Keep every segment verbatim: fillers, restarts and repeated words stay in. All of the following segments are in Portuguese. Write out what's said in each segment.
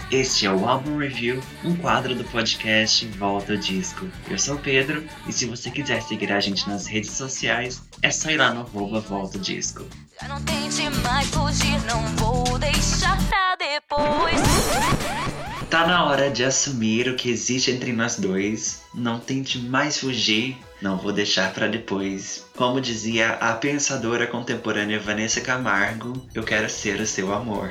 Este é o Álbum Review, um quadro do podcast Volta ao Disco. Eu sou o Pedro, e se você quiser seguir a gente nas redes sociais, é só ir lá no arroba Volta ao Disco. Já não tente mais fugir, não vou deixar pra depois. Tá na hora de assumir o que existe entre nós dois. Não tente mais fugir, não vou deixar pra depois. Como dizia a pensadora contemporânea Vanessa Camargo, eu quero ser o seu amor.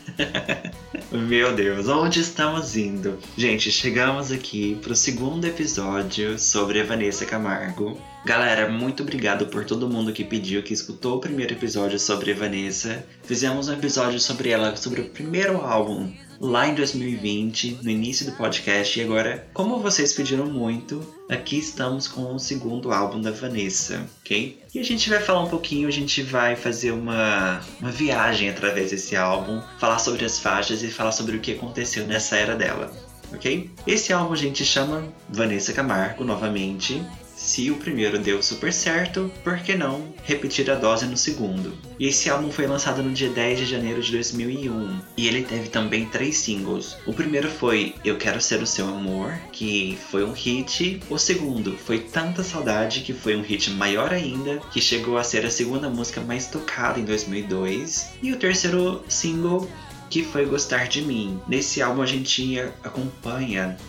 Meu Deus, onde estamos indo? Gente, chegamos aqui pro segundo episódio sobre a Vanessa Camargo. Galera, muito obrigado por todo mundo que pediu, que escutou o primeiro episódio sobre a Vanessa. Fizemos um episódio sobre ela, sobre o primeiro álbum, lá em dois mil e vinte, no início do podcast. E agora, como vocês pediram muito, aqui estamos com o segundo álbum da Vanessa, ok? E a gente vai falar um pouquinho, a gente vai fazer uma, uma viagem através desse álbum, falar sobre as faixas e falar sobre o que aconteceu nessa era dela, ok? Esse álbum a gente chama Vanessa Camargo, novamente. Se o primeiro deu super certo, por que não repetir a dose no segundo? E esse álbum foi lançado no dia dez de janeiro de dois mil e um, e ele teve também três singles. O primeiro foi Eu Quero Ser o Seu Amor, que foi um hit. O segundo foi Tanta Saudade, que foi um hit maior ainda, que chegou a ser a segunda música mais tocada em dois mil e dois. E o terceiro single, que foi Gostar de Mim. Nesse álbum a gente acompanha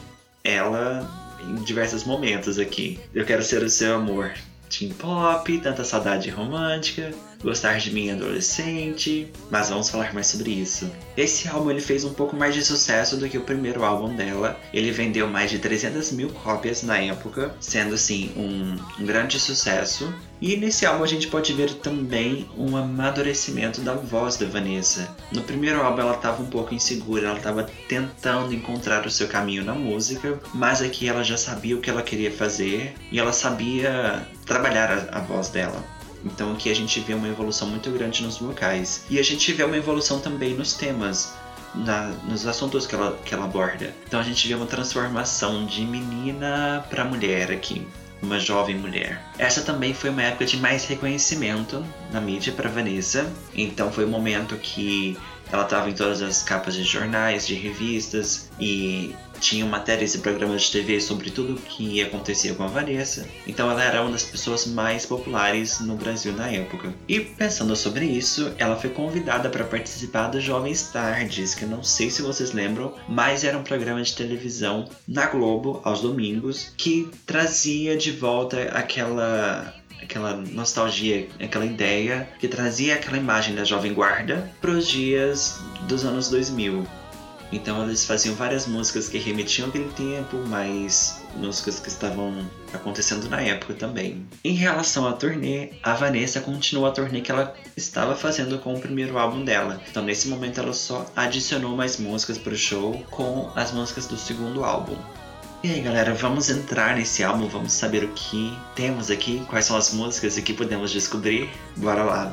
ela em diversos momentos aqui. Eu Quero Ser o Seu Amor, teen pop, Tanta Saudade romântica, Gostar de Mim adolescente, mas vamos falar mais sobre isso. Esse álbum ele fez um pouco mais de sucesso do que o primeiro álbum dela. Ele vendeu mais de trezentas mil cópias na época, sendo assim um, um grande sucesso. E nesse álbum a gente pode ver também um amadurecimento da voz da Vanessa. No primeiro álbum ela estava um pouco insegura, ela estava tentando encontrar o seu caminho na música, mas aqui ela já sabia o que ela queria fazer e ela sabia trabalhar a, a voz dela. Então aqui a gente vê uma evolução muito grande nos vocais. E a gente vê uma evolução também nos temas, na, nos assuntos que ela, que ela aborda. Então a gente vê uma transformação de menina para mulher aqui. Uma jovem mulher. Essa também foi uma época de mais reconhecimento na mídia para Vanessa. Então foi um momento que ela estava em todas as capas de jornais, de revistas, e tinha matérias e programas de T V sobre tudo o que acontecia com a Vanessa. Então ela era uma das pessoas mais populares no Brasil na época. E pensando sobre isso, ela foi convidada para participar do Jovens Tardes, que eu não sei se vocês lembram, mas era um programa de televisão na Globo, aos domingos, que trazia de volta aquela... aquela nostalgia, aquela ideia que trazia aquela imagem da Jovem Guarda para os dias dos anos dois mil. Então eles faziam várias músicas que remetiam àquele tempo, mas músicas que estavam acontecendo na época também. Em relação à turnê, a Vanessa continuou a turnê que ela estava fazendo com o primeiro álbum dela. Então nesse momento ela só adicionou mais músicas para o show com as músicas do segundo álbum. E aí galera, vamos entrar nesse álbum, vamos saber o que temos aqui, quais são as músicas e o que podemos descobrir? Bora lá!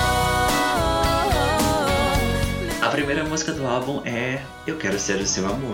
A primeira música do álbum é Eu Quero Ser o Seu Amor.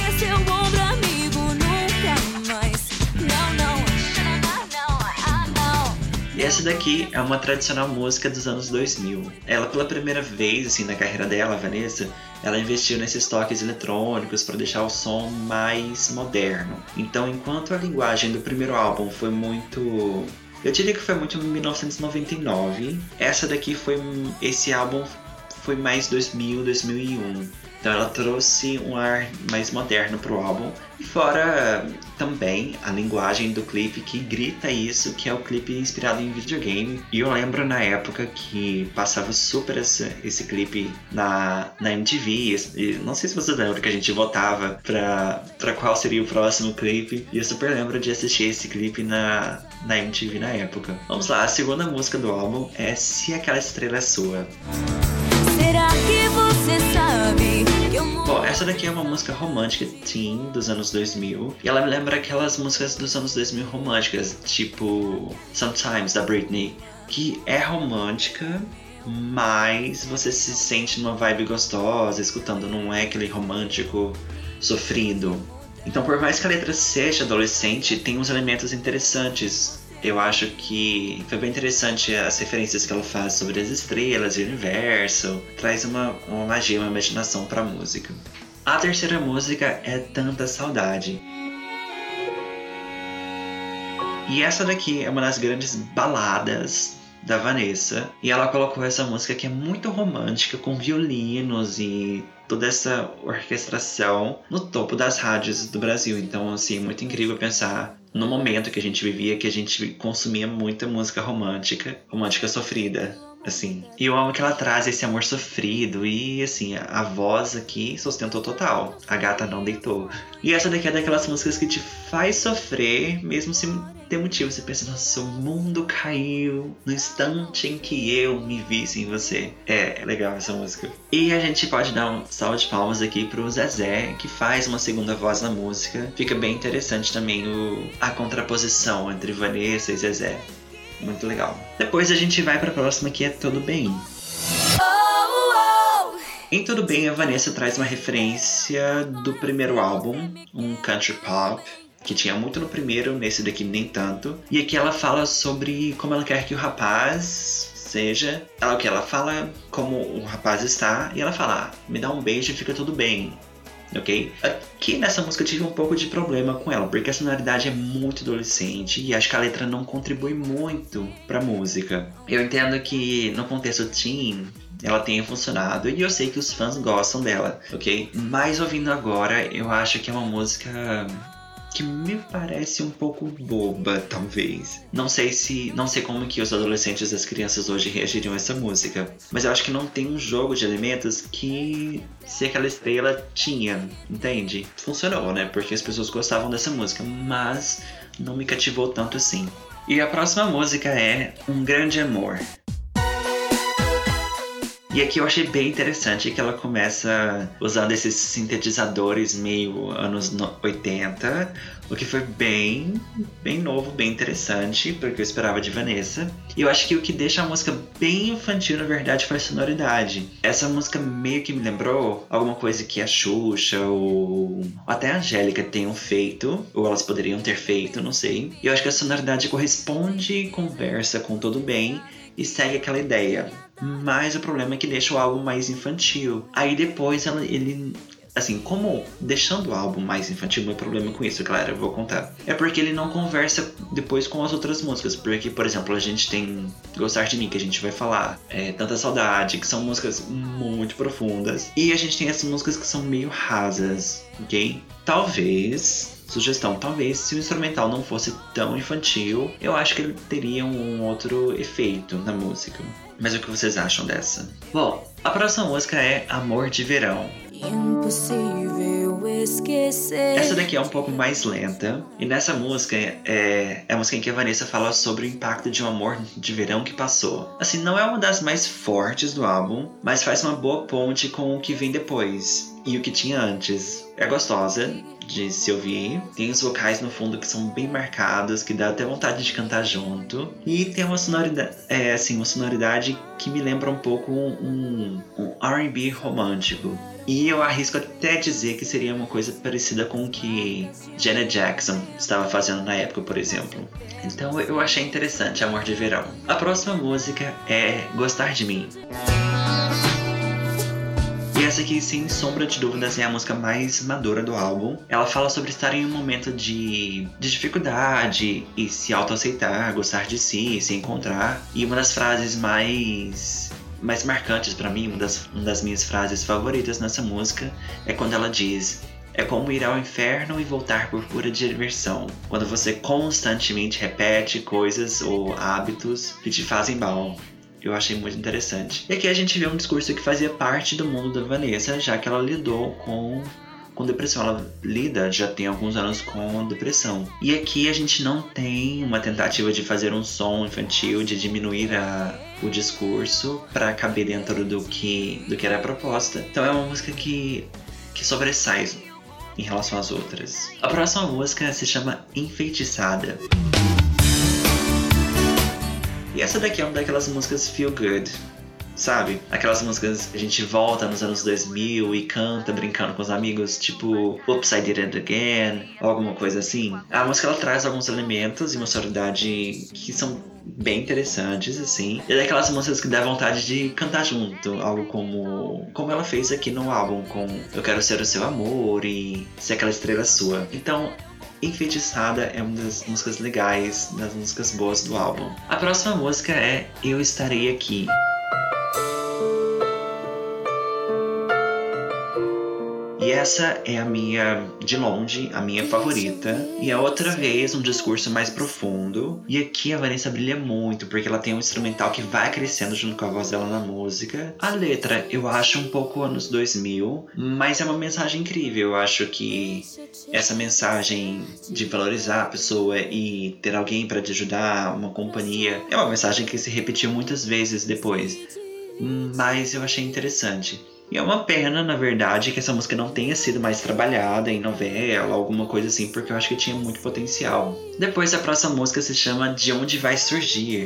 E essa daqui é uma tradicional música dos anos dois mil. Ela, pela primeira vez assim, na carreira dela, a Vanessa, ela investiu nesses toques eletrônicos para deixar o som mais moderno. Então, enquanto a linguagem do primeiro álbum foi muito... eu diria que foi muito em mil novecentos e noventa e nove, essa daqui foi... esse álbum foi mais dois mil, dois mil e um. Então ela trouxe um ar mais moderno pro álbum. E fora também a linguagem do clipe que grita isso, que é o clipe inspirado em videogame. E eu lembro na época que passava super esse, esse clipe na, na M T V. E não sei se vocês lembram que a gente votava pra, pra qual seria o próximo clipe. E eu super lembro de assistir esse clipe na, na M T V na época. Vamos lá, a segunda música do álbum é Se Aquela Estrela é Sua. Será que você sabe que eu... Bom, essa daqui é uma música romântica teen dos anos dois mil. E ela me lembra aquelas músicas dos anos dois mil românticas, tipo Sometimes, da Britney, que é romântica, mas você se sente numa vibe gostosa escutando, não é aquele romântico sofrido. Então, por mais que a letra seja adolescente, tem uns elementos interessantes. Eu acho que foi bem interessante as referências que ela faz sobre as estrelas e o universo. Traz uma, uma magia, uma imaginação para a música. A terceira música é Tanta Saudade. E essa daqui é uma das grandes baladas da Vanessa. E ela colocou essa música que é muito romântica, com violinos e toda essa orquestração no topo das rádios do Brasil. Então, assim, é muito incrível pensar no momento que a gente vivia, que a gente consumia muita música romântica, romântica sofrida, assim. E eu amo que ela traz esse amor sofrido e, assim, a, a voz aqui sustentou total. A gata não deitou. E essa daqui é daquelas músicas que te faz sofrer, mesmo sem ter motivo. Você pensa, nossa, o mundo caiu no instante em que eu me vi sem você. É, é legal essa música. E a gente pode dar um salve de palmas aqui pro Zezé, que faz uma segunda voz na música. Fica bem interessante também o, a contraposição entre Vanessa e Zezé. Muito legal. Depois a gente vai pra próxima, que é Tudo Bem. Em Tudo Bem, a Vanessa traz uma referência do primeiro álbum, um country pop, que tinha muito no primeiro, nesse daqui nem tanto. E aqui ela fala sobre como ela quer que o rapaz seja. Ela, o que ela fala como o rapaz está, e ela fala, ah, me dá um beijo e fica tudo bem. Ok? Aqui nessa música eu tive um pouco de problema com ela, porque a sonoridade é muito adolescente e acho que a letra não contribui muito pra música. Eu entendo que no contexto teen ela tenha funcionado e eu sei que os fãs gostam dela, ok? Mas ouvindo agora, eu acho que é uma música que me parece um pouco boba, talvez. Não sei se, não sei como que os adolescentes e as crianças hoje reagiriam a essa música, mas eu acho que não tem um jogo de elementos que se aquela estrela tinha, entende? Funcionou, né? Porque as pessoas gostavam dessa música, mas não me cativou tanto assim. E a próxima música é Um Grande Amor. E aqui eu achei bem interessante que ela começa usando esses sintetizadores meio anos oitenta, o que foi bem, bem novo, bem interessante, porque eu esperava de Vanessa. E eu acho que o que deixa a música bem infantil, na verdade, foi a sonoridade. Essa música meio que me lembrou alguma coisa que a Xuxa ou até a Angélica tenham feito, ou elas poderiam ter feito, não sei. E eu acho que a sonoridade corresponde e conversa com Tudo Bem e segue aquela ideia. Mas o problema é que deixa o álbum mais infantil. Aí depois ela, ele... Assim, como deixando o álbum mais infantil, meu problema com isso, claro, eu vou contar. É porque ele não conversa depois com as outras músicas. Porque, por exemplo, a gente tem Gostar de Mim, que a gente vai falar. É, Tanta Saudade, que são músicas muito profundas. E a gente tem essas músicas que são meio rasas, ok? Talvez... Sugestão, talvez se o instrumental não fosse tão infantil, eu acho que ele teria um outro efeito na música. Mas o que vocês acham dessa? Bom, a próxima música é Amor de Verão. Impossível esquecer. Essa daqui é um pouco mais lenta. E nessa música é, é a música em que a Vanessa fala sobre o impacto de um amor de verão que passou. Assim, não é uma das mais fortes do álbum, mas faz uma boa ponte com o que vem depois e o que tinha antes. É gostosa de se ouvir. Tem os vocais no fundo que são bem marcados, que dá até vontade de cantar junto. E tem uma sonoridade, é, assim, uma sonoridade que me lembra um pouco um, um R and B romântico. E eu arrisco até dizer que seria uma coisa parecida com o que Janet Jackson estava fazendo na época, por exemplo. Então eu achei interessante Amor de Verão. A próxima música é Gostar de Mim. E essa aqui, sem sombra de dúvidas, é a música mais madura do álbum. Ela fala sobre estar em um momento de, de dificuldade e se autoaceitar, gostar de si, se encontrar. E uma das frases mais... mais marcantes pra mim, uma das, uma das minhas frases favoritas nessa música é quando ela diz: é como ir ao inferno e voltar por pura diversão, quando você constantemente repete coisas ou hábitos que te fazem mal. Eu achei muito interessante. E aqui a gente vê um discurso que fazia parte do mundo da Vanessa, já que ela lidou com, com depressão. Ela lida já tem alguns anos com depressão. E aqui a gente não tem uma tentativa de fazer um som infantil, de diminuir a... o discurso para caber dentro do que, do que era a proposta. Então é uma música que, que sobressai em relação às outras. A próxima música se chama Enfeitiçada. E essa daqui é uma daquelas músicas feel good, sabe? Aquelas músicas que a gente volta nos anos dois mil e canta brincando com os amigos, tipo Oops, I Did It Again, ou alguma coisa assim. A música ela traz alguns elementos e uma sonoridade que são bem interessantes, assim. E é daquelas músicas que dá vontade de cantar junto, algo como como ela fez aqui no álbum, com Eu Quero Ser o Seu Amor e Ser Aquela Estrela Sua. Então, Enfeitiçada é uma das músicas legais, das músicas boas do álbum. A próxima música é Eu Estarei Aqui. E essa é a minha, de longe, a minha favorita. E é outra vez um discurso mais profundo. E aqui a Vanessa brilha muito, porque ela tem um instrumental que vai crescendo junto com a voz dela na música. A letra eu acho um pouco anos dois mil, mas é uma mensagem incrível. Eu acho que essa mensagem de valorizar a pessoa e ter alguém para te ajudar, uma companhia, é uma mensagem que se repetiu muitas vezes depois. Mas eu achei interessante. E é uma pena, na verdade, que essa música não tenha sido mais trabalhada em novela, alguma coisa assim, porque eu acho que tinha muito potencial. Depois a próxima música se chama De Onde Vai Surgir.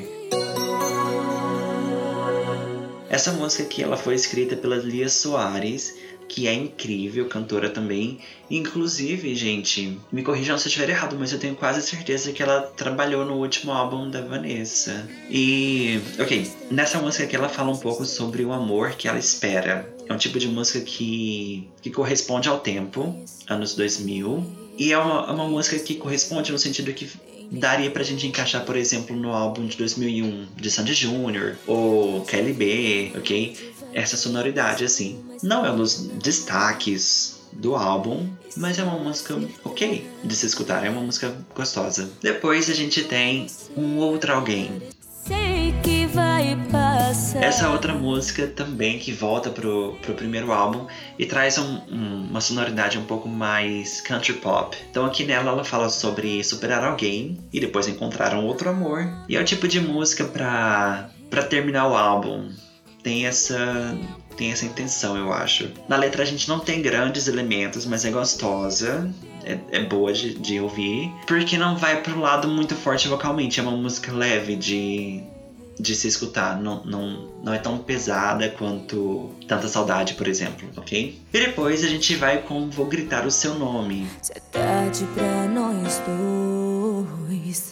Essa música aqui ela foi escrita pela Lia Soares, que é incrível, cantora também. Inclusive, gente, me corrijam se eu estiver errado, mas eu tenho quase certeza que ela trabalhou no último álbum da Vanessa. E, ok, nessa música aqui ela fala um pouco sobre o amor que ela espera. É um tipo de música que, que corresponde ao tempo, anos dois mil. E é uma, uma música que corresponde no sentido que daria pra gente encaixar, por exemplo, no álbum de dois mil e um de Sandy Júnior ou K L B, ok? Essa sonoridade, assim. Não é um dos destaques do álbum, mas é uma música ok de se escutar, é uma música gostosa. Depois a gente tem Um Outro Alguém. Sei que vai passar. Essa outra música também que volta pro, pro primeiro álbum e traz um, um, uma sonoridade um pouco mais country pop. Então aqui nela ela fala sobre superar alguém e depois encontrar um outro amor. E é o tipo de música pra, pra terminar o álbum. Tem essa, tem essa intenção, eu acho. Na letra a gente não tem grandes elementos, mas é gostosa. É, é boa de, de ouvir. Porque não vai pro lado muito forte vocalmente. É uma música leve de, de se escutar. Não, não, não é tão pesada quanto Tanta Saudade, por exemplo, ok? E depois a gente vai com Vou Gritar o Seu Nome. Se é tarde pra nós dois,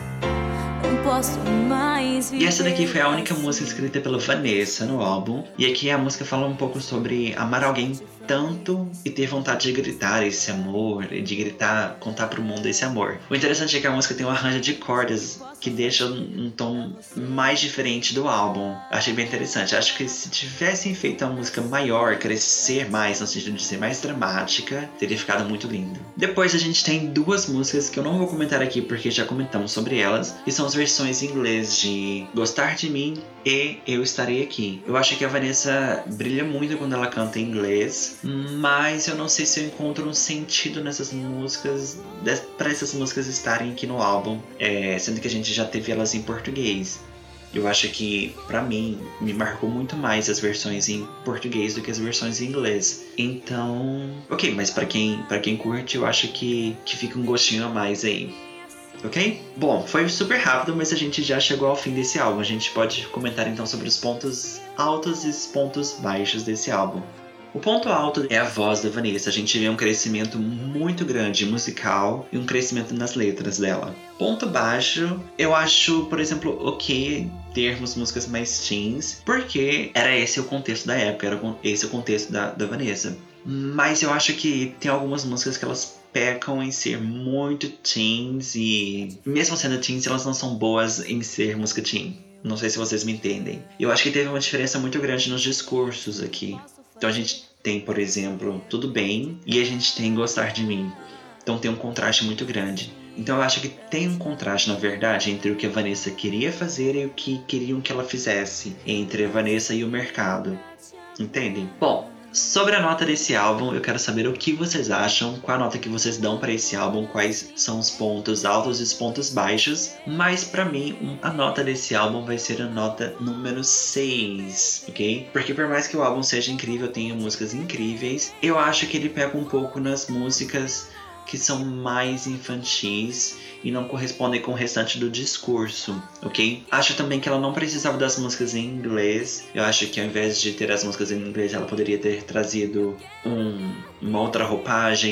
não posso mais viver. E essa daqui foi a única música escrita pela Vanessa no álbum. E aqui a música fala um pouco sobre amar alguém tanto e ter vontade de gritar esse amor, e de gritar, contar pro mundo esse amor. O interessante é que a música tem um arranjo de cordas que deixa um tom mais diferente do álbum. Achei bem interessante. Acho que se tivessem feito a música maior, crescer mais, no sentido de ser mais dramática, teria ficado muito lindo. Depois a gente tem duas músicas que eu não vou comentar aqui porque já comentamos sobre elas, que são as versões em inglês de Gostar de Mim e Eu Estarei Aqui. Eu acho que a Vanessa brilha muito quando ela canta em inglês, mas eu não sei se eu encontro um sentido nessas músicas, para essas músicas estarem aqui no álbum, é, sendo que a gente já teve elas em português. Eu acho que, pra mim, me marcou muito mais as versões em português do que as versões em inglês. Então, ok, mas pra quem, pra quem curte, eu acho que, que fica um gostinho a mais aí. Ok? Bom, foi super rápido, mas a gente já chegou ao fim desse álbum. A gente pode comentar então sobre os pontos altos e os pontos baixos desse álbum. O ponto alto é a voz da Vanessa. A gente vê um crescimento muito grande musical e um crescimento nas letras dela. Ponto baixo, eu acho, por exemplo, ok termos músicas mais teens, porque era esse o contexto da época, era esse o contexto da, da Vanessa. Mas eu acho que tem algumas músicas que elas pecam em ser muito teens e, mesmo sendo teens, elas não são boas em ser música teen. Não sei se vocês me entendem. Eu acho que teve uma diferença muito grande nos discursos aqui. Então a gente tem, por exemplo, Tudo Bem e a gente tem Gostar de Mim. Então tem um contraste muito grande. Então eu acho que tem um contraste, na verdade, entre o que a Vanessa queria fazer e o que queriam que ela fizesse, entre a Vanessa e o mercado. Entendem? Bom, sobre a nota desse álbum, eu quero saber o que vocês acham, qual a nota que vocês dão para esse álbum, quais são os pontos altos e os pontos baixos. Mas pra mim, a nota desse álbum vai ser a nota número seis, ok? Porque por mais que o álbum seja incrível, tenha músicas incríveis, eu acho que ele pega um pouco nas músicas que são mais infantis e não correspondem com o restante do discurso, ok? Acho também que ela não precisava das músicas em inglês. Eu acho que ao invés de ter as músicas em inglês, ela poderia ter trazido um, uma outra roupagem,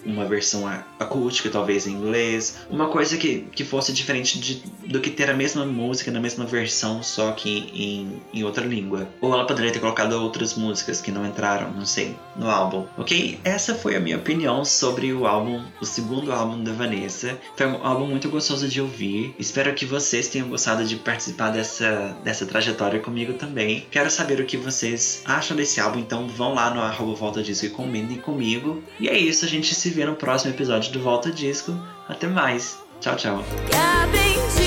uma versão acústica, talvez em inglês, uma coisa que, que fosse diferente de, do que ter a mesma música na mesma versão, só que em, em outra língua. Ou ela poderia ter colocado outras músicas que não entraram, não sei, no álbum. Ok? Essa foi a minha opinião sobre o álbum, o segundo álbum da Vanessa. Foi um álbum muito gostoso de ouvir. Espero que vocês tenham gostado de participar dessa, dessa trajetória comigo também. Quero saber o que vocês acham desse álbum, então vão lá no arroba Volta Disco e comentem comigo. E é isso, a gente se vê no próximo episódio do Volta Disco. Até mais. Tchau, tchau.